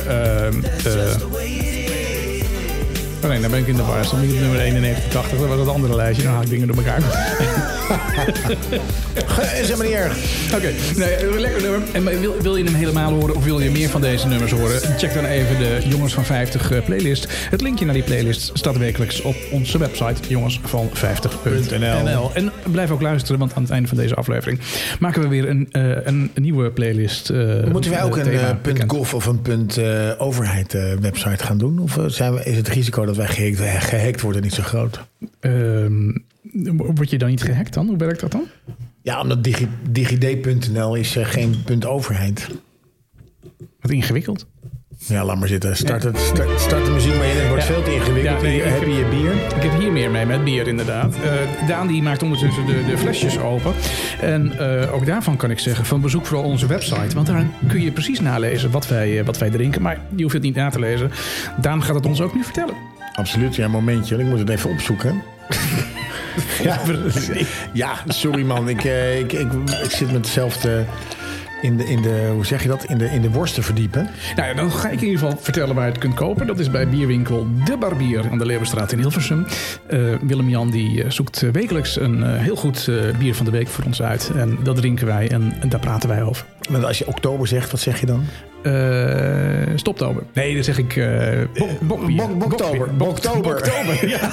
Oh nee, dan ben ik in de war. Stond niet op nummer 81, dat was het andere lijstje. Dan haal ik dingen door elkaar. Is helemaal niet erg. Oké, nee, lekker nummer. En wil je hem helemaal horen of wil je meer van deze nummers horen? Check dan even de Jongens van 50 playlist. Het linkje naar die playlist staat wekelijks op onze website jongensvan50.nl. En blijf ook luisteren, want aan het einde van deze aflevering maken we weer een nieuwe playlist. Moeten wij ook een .gov of een .overheid website gaan doen? Of is het risico dat wij gehackt worden niet zo groot? Word je dan niet gehackt dan? Hoe werkt dat dan? Ja, omdat digid.nl is geen .overheid. Wat ingewikkeld. Ja, laat maar zitten. Start de muziek maar in. Het wordt veel te ingewikkeld. Heb je bier? Ik heb hier meer mee met bier inderdaad. Daan die maakt ondertussen de flesjes open. En ook daarvan kan ik zeggen, van bezoek vooral onze website. Want daar kun je precies nalezen wat wij drinken. Maar je hoeft het niet na te lezen. Daan gaat het ons ook nu vertellen. Absoluut. Ja, een momentje. Ik moet het even opzoeken. Ja, sorry man. Ik zit met hetzelfde in de hoe zeg je dat? In de worst te verdiepen. Nou ja, dan ga ik in ieder geval vertellen waar je het kunt kopen. Dat is bij bierwinkel De Barbier aan de Leeuwenstraat in Hilversum. Willem-Jan die zoekt wekelijks een heel goed bier van de week voor ons uit. En dat drinken wij en daar praten wij over. Maar als je oktober zegt, wat zeg je dan? Stoptober. Nee, dan zeg ik bokbier. Boktober. Ja,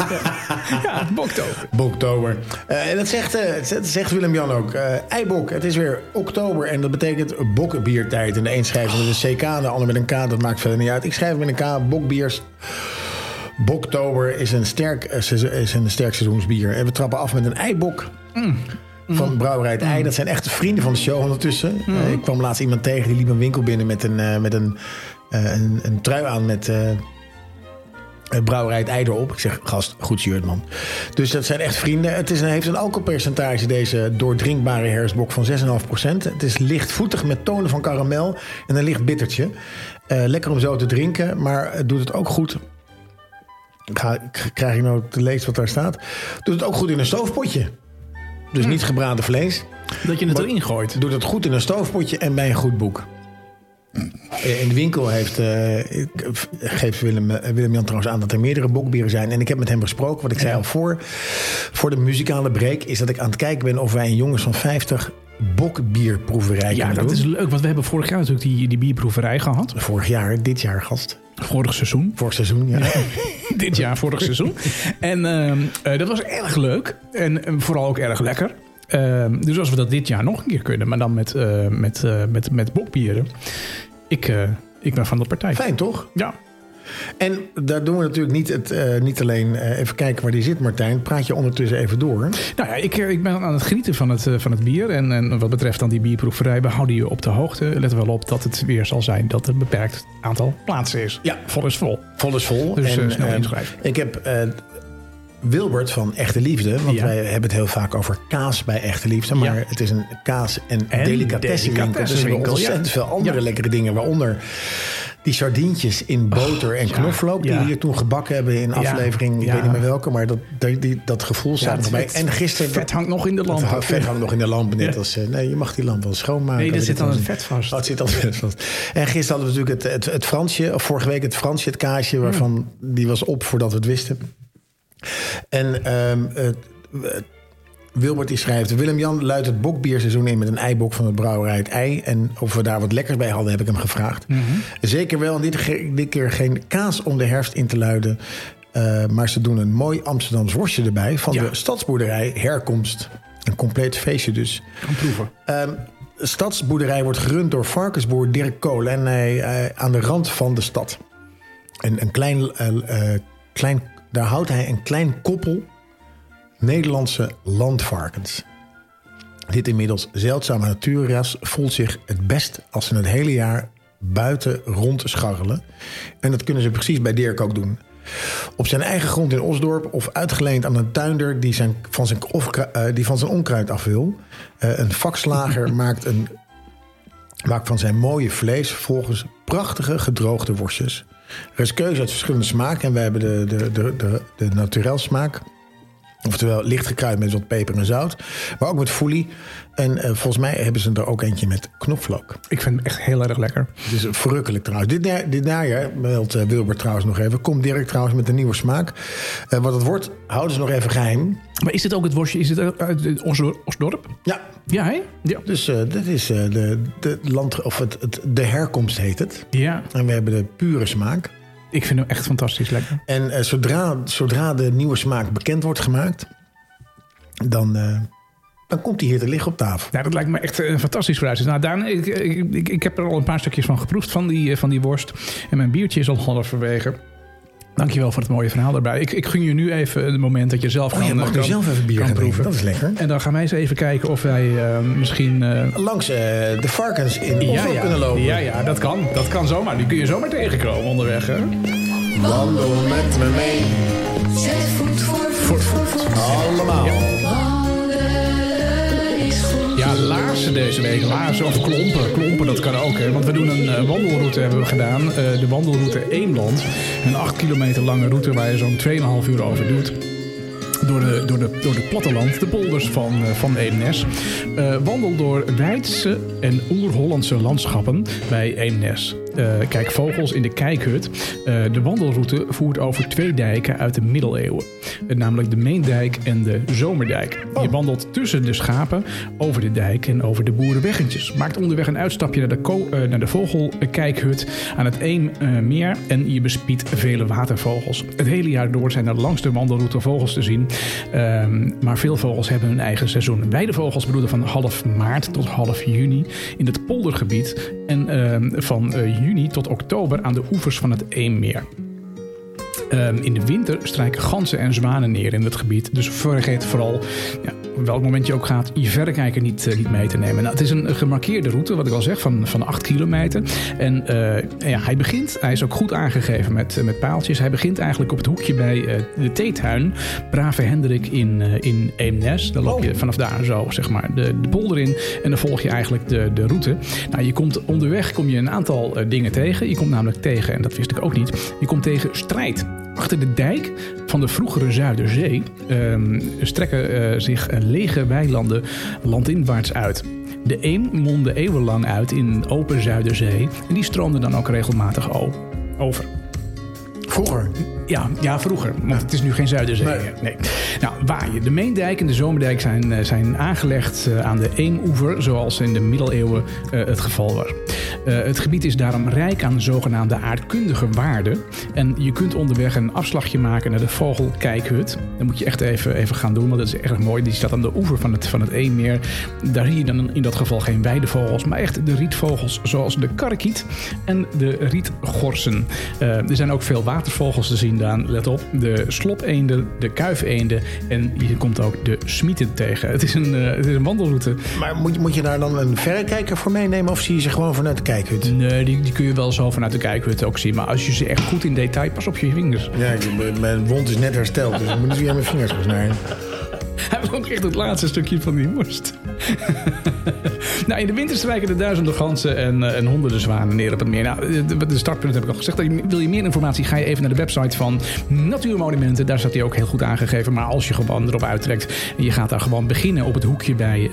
boktober. Boktober. Dat zegt Willem-Jan ook. Eibok, het is weer oktober en dat betekent bokbiertijd. En de een schrijft met een CK, de ander met een K. Dat maakt verder niet uit. Ik schrijf met een K. Bokbiers. Boktober is een sterk seizoensbier. En we trappen af met een eibok. Van Brouwerij Het Ei. Dat zijn echt vrienden van de show ondertussen. Ik kwam laatst iemand tegen, die liep een winkel binnen met een trui aan met Brouwerij Het Ei erop. Ik zeg, gast, goed shirt man. Dus dat zijn echt vrienden. Het heeft een alcoholpercentage, deze doordrinkbare herfstbok, van 6,5%. Het is lichtvoetig met tonen van karamel en een licht bittertje. Lekker om zo te drinken, maar het doet het ook goed. Krijg je nou te lezen wat daar staat? Doet het ook goed in een stoofpotje. Dus niet gebraden vlees. Dat je het erin gooit. Doet het goed in een stoofpotje en bij een goed boek. In de winkel geeft Willem-Jan trouwens aan dat er meerdere bokbieren zijn. En ik heb met hem besproken, wat ik zei al voor de muzikale break, is dat ik aan het kijken ben of wij een Jongens van 50 bokbierproeverij kunnen doen. Ja, dat is leuk, want we hebben vorig jaar natuurlijk die bierproeverij gehad. Vorig jaar, dit jaar gast. Vorig seizoen, ja. Dit jaar, vorig seizoen. En dat was erg leuk. En vooral ook erg lekker. Dus als we dat dit jaar nog een keer kunnen, maar dan met bokbieren. Ik ben van de partij. Fijn, toch? Ja. En daar doen we natuurlijk niet alleen even kijken waar die zit, Martijn. Praat je ondertussen even door. Nou ja, ik ben aan het genieten van het bier. En wat betreft dan die bierproeverij, we houden je op de hoogte. Let er wel op dat het weer zal zijn dat er een beperkt aantal plaatsen is. Ja. Vol is vol. Vol is vol. Dus snel inschrijven. Ik heb Wilbert van Echte Liefde. Want wij hebben het heel vaak over kaas bij Echte Liefde. Maar het is een kaas- en delicatessenwinkel. Dus er zijn ontzettend veel andere lekkere dingen. Waaronder die sardientjes in boter en knoflook. Die we hier toen gebakken hebben in aflevering. Ik weet niet meer welke. Maar dat gevoel staat nog bij. En gisteren... Vet hangt nog in de lamp. Het vet hangt nog in de lamp. Net als, nee, je mag die lamp wel schoonmaken. Nee, er zit al het vet vast. Het zit al vet vast. En gisteren hadden we natuurlijk het Fransje. Of vorige week het Fransje, het kaasje. Waarvan die was op voordat we het wisten. En Wilbert die schrijft... Willem-Jan luidt het bokbierseizoen in met een eibok van het brouwerij Het Ei. En of we daar wat lekkers bij hadden, heb ik hem gevraagd. Zeker wel. En dit keer geen kaas om de herfst in te luiden. Maar ze doen een mooi Amsterdams worstje erbij. Van de Stadsboerderij Herkomst. Een compleet feestje dus. Gaan proeven. Stadsboerderij wordt gerund door varkensboer Dirk Kool. En aan de rand van de stad. En een klein... Daar houdt hij een klein koppel Nederlandse landvarkens. Dit inmiddels zeldzame natuurras voelt zich het best als ze het hele jaar buiten rond scharrelen. En dat kunnen ze precies bij Dirk ook doen. Op zijn eigen grond in Osdorp of uitgeleend aan een tuinder die van zijn onkruid af wil. Een vakslager maakt van zijn mooie vlees volgens prachtige gedroogde worstjes. Er is keuze uit verschillende smaken. En wij hebben de naturel smaak. Oftewel licht gekruid met wat peper en zout. Maar ook met foelie. En volgens mij hebben ze er ook eentje met knoflook. Ik vind het echt heel erg lekker. Het is verrukkelijk trouwens. Dit najaar, meldt Wilbert trouwens nog even... komt Dirk trouwens met een nieuwe smaak. Wat het wordt, houden ze nog even geheim. Maar is dit ook het worstje? Is dit uit Osdorp? Ja. Ja, hè? Ja. Dus dit is de land... of de herkomst heet het. Ja. En we hebben de pure smaak. Ik vind hem echt fantastisch lekker. En zodra de nieuwe smaak bekend wordt gemaakt... dan komt hij hier te liggen op tafel. Ja, dat lijkt me echt een fantastisch vooruitzicht. Nou, Daan, ik heb er al een paar stukjes van geproefd van die worst. En mijn biertje is al halverwege. Dankjewel voor het mooie verhaal daarbij. Ik gun je nu even het moment dat je zelf je mag nu zelf even bier gaan proeven. Dat is lekker. En dan gaan wij eens even kijken of wij misschien... langs de varkens in Oslo kunnen lopen. Ja, dat kan. Dat kan zomaar. Die kun je zomaar tegenkomen onderweg, hè? Wandel met me mee. Zet voet voor voet. Allemaal. Ja, laarzen deze week. Laarzen of klompen, dat kan ook. Hè? Want we doen een wandelroute hebben we gedaan. De wandelroute Eemland. Een 8 kilometer lange route waar je zo'n 2,5 uur over doet. Door het platteland, de polders van Eemnes. Wandel door Weidse en oer-Hollandse landschappen bij Eemnes. Kijk vogels in de kijkhut. De wandelroute voert over 2 dijken uit de middeleeuwen. Namelijk de Meendijk en de Zomerdijk. Je wandelt tussen de schapen, over de dijk en over de boerenweggentjes. Maakt onderweg een uitstapje naar de vogelkijkhut aan het Eemmeer. En je bespiedt vele watervogels. Het hele jaar door zijn er langs de wandelroute vogels te zien. Maar veel vogels hebben hun eigen seizoen. Weidevogels broeden van half maart tot half juni in het poldergebied. En van juni tot oktober aan de oevers van het Eemmeer. In de winter strijken ganzen en zwanen neer in het gebied. Dus vergeet vooral, op welk moment je ook gaat, je verrekijker niet mee te nemen. Nou, het is een gemarkeerde route, wat ik al zeg, van 8 kilometer. En hij is ook goed aangegeven met paaltjes. Hij begint eigenlijk op het hoekje bij de theetuin Brave Hendrik in Eemnes. Dan loop je vanaf daar zo, zeg maar, de polder in. En dan volg je eigenlijk de route. Nou, onderweg kom je een aantal dingen tegen. Je komt namelijk tegen, en dat wist ik ook niet, je komt tegen strijd. Achter de dijk van de vroegere Zuiderzee strekken zich lege weilanden landinwaarts uit. De Eem mondde eeuwenlang uit in open Zuiderzee en die stroomde dan ook regelmatig over. Vroeger? Ja, vroeger. Want het is nu geen Zuiderzee meer. Nee. Nou, waaien. De Meendijk en de Zomerdijk zijn aangelegd aan de Eemoever, zoals in de middeleeuwen het geval was. Het gebied is daarom rijk aan zogenaamde aardkundige waarden. En je kunt onderweg een afslagje maken naar de vogelkijkhut. Dat moet je echt even gaan doen, want dat is erg mooi. Die staat aan de oever van het Eemmeer. Daar zie je dan in dat geval geen weidevogels, maar echt de rietvogels, zoals de karrekiet en de rietgorsen. Er zijn ook veel watervogels te zien. zien, Daan. Let op. De slopeenden, de kuifeenden en je komt ook de smieten tegen. Het is een wandelroute. Maar moet je daar dan een verrekijker voor meenemen of zie je ze gewoon vanuit de kijkhut? Nee, die kun je wel zo vanuit de kijkhut ook zien. Maar als je ze echt goed in detail, pas op je vingers. Ja, mijn wond is net hersteld, dus ik moet niet aan mijn vingers gaan snijden. Hij wil ook echt het laatste stukje van die worst. Nou, in de winter strijken er duizenden ganzen en honderden zwanen neer op het meer. Nou, de startpunt heb ik al gezegd. Wil je meer informatie, ga je even naar de website van Natuurmonumenten. Daar staat hij ook heel goed aangegeven. Maar als je gewoon erop uittrekt en je gaat daar gewoon beginnen op het hoekje bij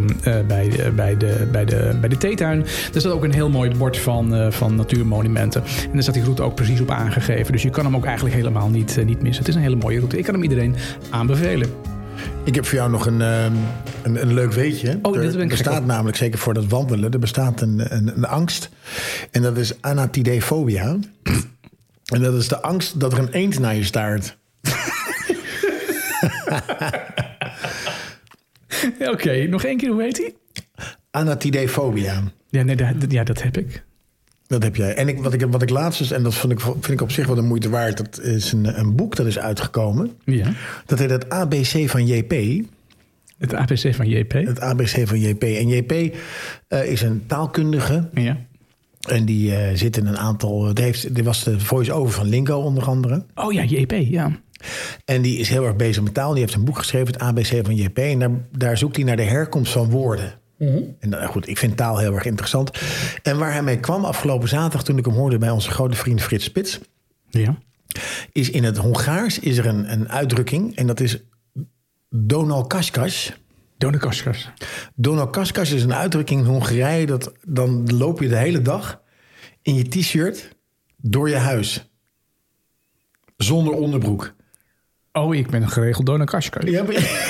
de theetuin. Er staat ook een heel mooi bord van Natuurmonumenten. En daar staat die route ook precies op aangegeven. Dus je kan hem ook eigenlijk helemaal niet missen. Het is een hele mooie route. Ik kan hem iedereen aanbevelen. Ik heb voor jou nog een leuk weetje. Er bestaat namelijk, zeker voor dat wandelen, er bestaat een angst. En dat is anatidefobia. En dat is de angst dat er een eend naar je staart. Oké, nog één keer, hoe heet hij? Anatidefobia. Ja, nee, dat heb ik. Dat heb jij. En wat ik laatst is, en dat vind ik op zich wel de moeite waard, dat is een boek dat is uitgekomen. Ja. Dat heet het ABC van JP. Het ABC van JP? Het ABC van JP. En JP is een taalkundige. Ja. En die zit in een aantal... Die was de voice-over van Lingo onder andere. Oh ja, JP, ja. En die is heel erg bezig met taal. Die heeft een boek geschreven, het ABC van JP. En daar zoekt hij naar de herkomst van woorden. Mm-hmm. En goed, ik vind taal heel erg interessant. En waar hij mee kwam afgelopen zaterdag, toen ik hem hoorde bij onze grote vriend Frits Spits. Ja. Is in het Hongaars is er een uitdrukking. En dat is Donalkaskas. Donalkaskas. Donalkaskas is een uitdrukking in Hongarije. Dan loop je de hele dag in je t-shirt door je huis. Zonder onderbroek. Oh, ik ben een geregeld Donalkaskas. Ja,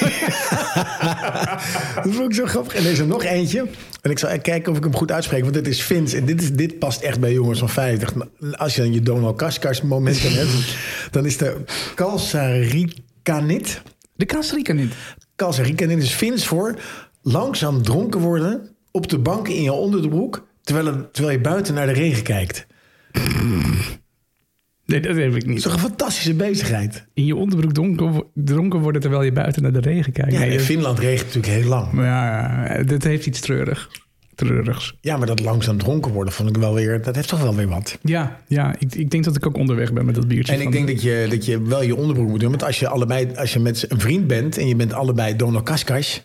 dat vond ik zo grappig. En er is er nog eentje. En ik zal kijken of ik hem goed uitspreek. Want dit is Fins. En dit past echt bij jongens van 50. Als je dan je Donalkaskas momenten hebt. Dan is de kalsarikanit. De kalsarikanit. Kalsarikanit is Fins voor langzaam dronken worden op de bank in je onderbroek. Terwijl je buiten naar de regen kijkt. Nee, dat heb ik niet. Dat is toch een fantastische bezigheid? In je onderbroek dronken worden terwijl je buiten naar de regen kijkt. Ja, nee, in Finland regent het natuurlijk heel lang. Ja, dat heeft iets treurigs. Ja, maar dat langzaam dronken worden vond ik wel weer... Dat heeft toch wel weer wat. Ja, ik denk dat ik ook onderweg ben met dat biertje. En ik denk dat je wel je onderbroek moet doen. Want als je met een vriend bent en je bent allebei Donalkaskas...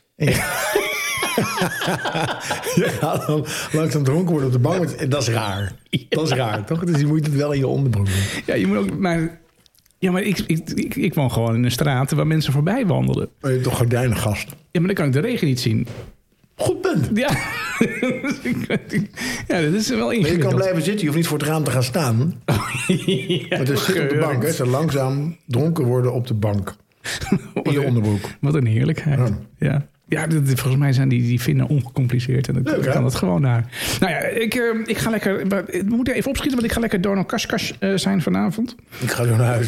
Je gaat dan langzaam dronken worden op de bank. Dat is raar. Dat is raar, toch? Dus je moet het wel in je onderbroek doen. Ja, je moet ook... Maar ik woon gewoon in een straat waar mensen voorbij wandelen. Maar je hebt toch gordijnen, gast? Ja, maar dan kan ik de regen niet zien. Goed punt. Ja, ja, dat is wel ingewikkeld. Maar je kan blijven zitten. Je hoeft niet voor het raam te gaan staan. Ja, maar dus zit op de bank. Hè? Ze langzaam dronken worden op de bank. In je onderbroek. Wat een heerlijkheid. Ja, volgens mij zijn die vinden ongecompliceerd. En dan kan het gewoon naar. Nou ja, ik ga lekker... We moeten even opschieten, want ik ga lekker Donalkaskas zijn vanavond. Ik ga zo naar huis.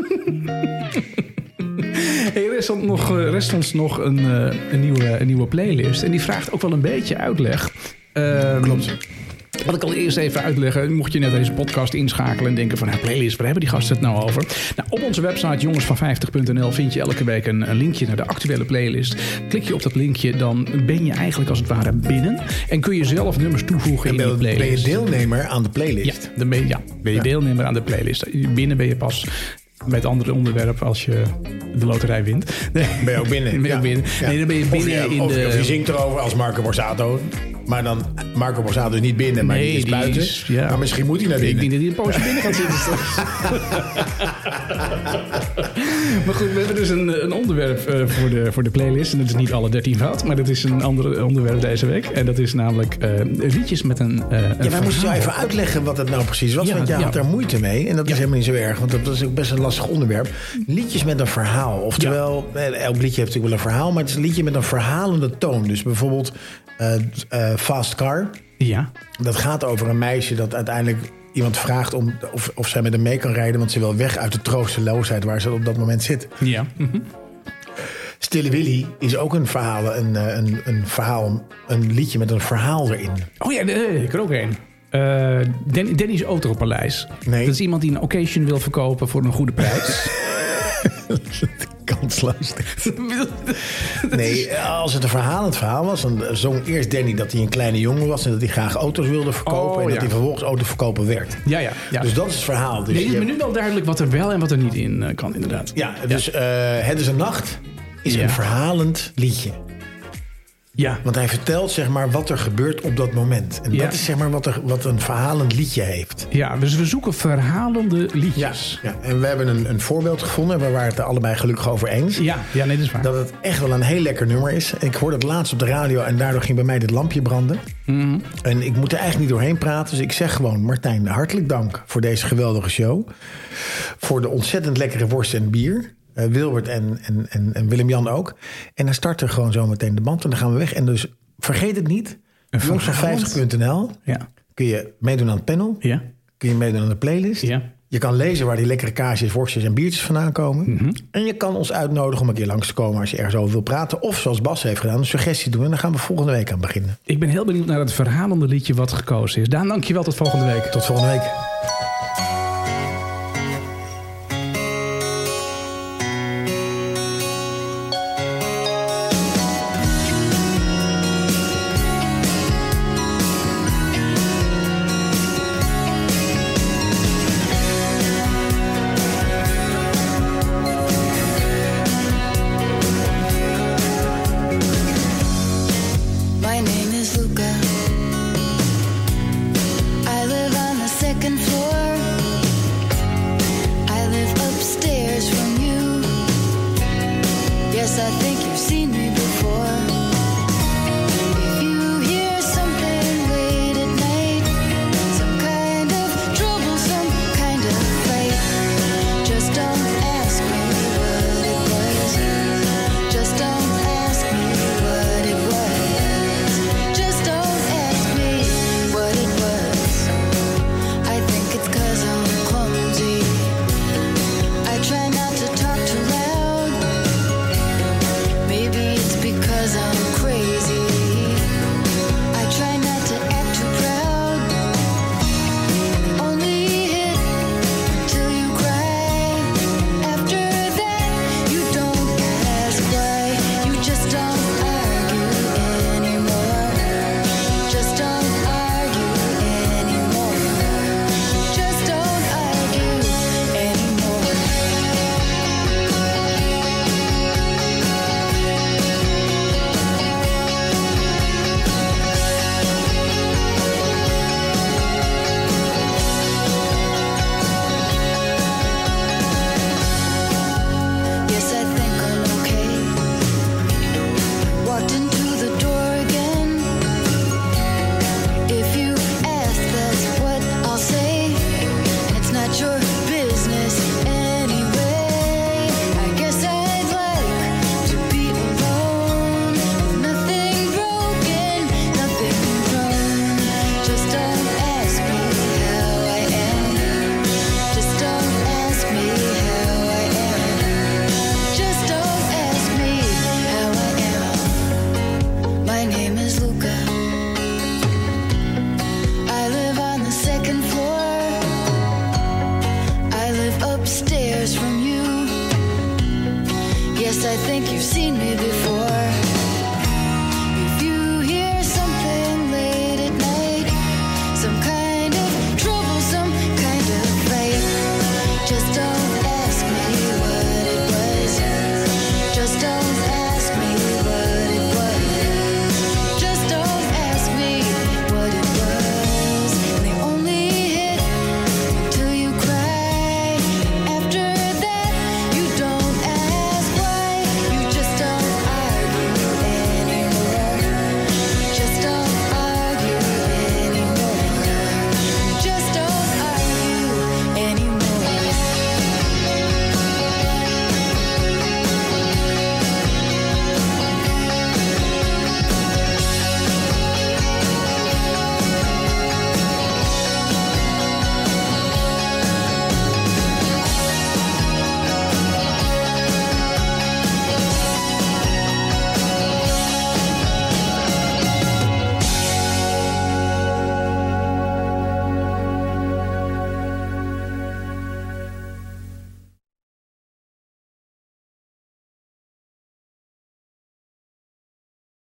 Hey, rest ons nog een nieuwe playlist. En die vraagt ook wel een beetje uitleg. Klopt. Wat ik al eerst even uitleggen, mocht je net deze podcast inschakelen en denken van, playlist, waar hebben die gasten het nou over? Nou, op onze website jongensvan50.nl vind je elke week een linkje naar de actuele playlist. Klik je op dat linkje, dan ben je eigenlijk als het ware binnen. En kun je zelf nummers toevoegen in de playlist. Ben je deelnemer aan de playlist? Ja, dan ben je deelnemer aan de playlist. Binnen ben je pas bij het andere onderwerp als je de loterij wint. Nee. Ben je ook binnen? Ben je ook binnen. Ja. Nee, dan ben je binnen in de... Of je zingt erover als Marco Borsato. Maar dan, Marco Borsato is niet binnen, maar die is buiten. Maar misschien moet hij naar binnen. Ik denk dat hij een poosje binnen gaat zitten. Maar goed, we hebben dus een onderwerp voor de playlist. En dat is niet alle 13 fout, maar dat is een ander onderwerp deze week. En dat is namelijk liedjes met een wij moeten zo even uitleggen wat het nou precies was. Want jij had daar moeite mee. En dat is helemaal niet zo erg, want dat is ook best een lastig onderwerp. Liedjes met een verhaal. Oftewel, elk liedje heeft natuurlijk wel een verhaal, maar het is een liedje met een verhalende toon. Dus bijvoorbeeld Fast Car. Ja. Dat gaat over een meisje dat uiteindelijk iemand vraagt of zij met hem mee kan rijden, want ze wil weg uit de troosteloosheid waar ze op dat moment zit. Ja. Mm-hmm. Stille Willy is ook een verhaal, een liedje met een verhaal erin. Oh ja, ik er ook een. Danny's Autopaleis. Nee. Dat is iemand die een occasion wil verkopen voor een goede prijs. Kansloos. Nee, als het een verhalend verhaal was... dan zong eerst Danny dat hij een kleine jongen was... en dat hij graag auto's wilde verkopen... en dat hij vervolgens autoverkoper werd. Ja. Dus dat is het verhaal. Dus het is me nu wel duidelijk wat er wel en wat er niet in kan, inderdaad. Ja, dus Het is een nacht is een verhalend liedje. Ja. Want hij vertelt zeg maar wat er gebeurt op dat moment. En dat is zeg maar wat een verhalend liedje heeft. Ja, dus we zoeken verhalende liedjes. Ja. En we hebben een voorbeeld gevonden. We waren het er allebei gelukkig over eens. Ja, nee, dat is waar. Dat het echt wel een heel lekker nummer is. Ik hoorde het laatst op de radio en daardoor ging bij mij dit lampje branden. Mm-hmm. En ik moet er eigenlijk niet doorheen praten. Dus ik zeg gewoon, Martijn, hartelijk dank voor deze geweldige show. Voor de ontzettend lekkere worst en bier. Wilbert en Willem-Jan ook. En dan start er gewoon zo meteen de band en dan gaan we weg. En dus vergeet het niet. Jongens van 50.nl kun je meedoen aan het panel. Ja. Kun je meedoen aan de playlist. Ja. Je kan lezen waar die lekkere kaasjes, worstjes en biertjes vandaan komen. Mm-hmm. En je kan ons uitnodigen om een keer langs te komen als je ergens over wil praten. Of zoals Bas heeft gedaan, een suggestie doen. En dan gaan we volgende week aan beginnen. Ik ben heel benieuwd naar het verhalende liedje wat gekozen is. Daan, dank je wel. Tot volgende week. Tot volgende week.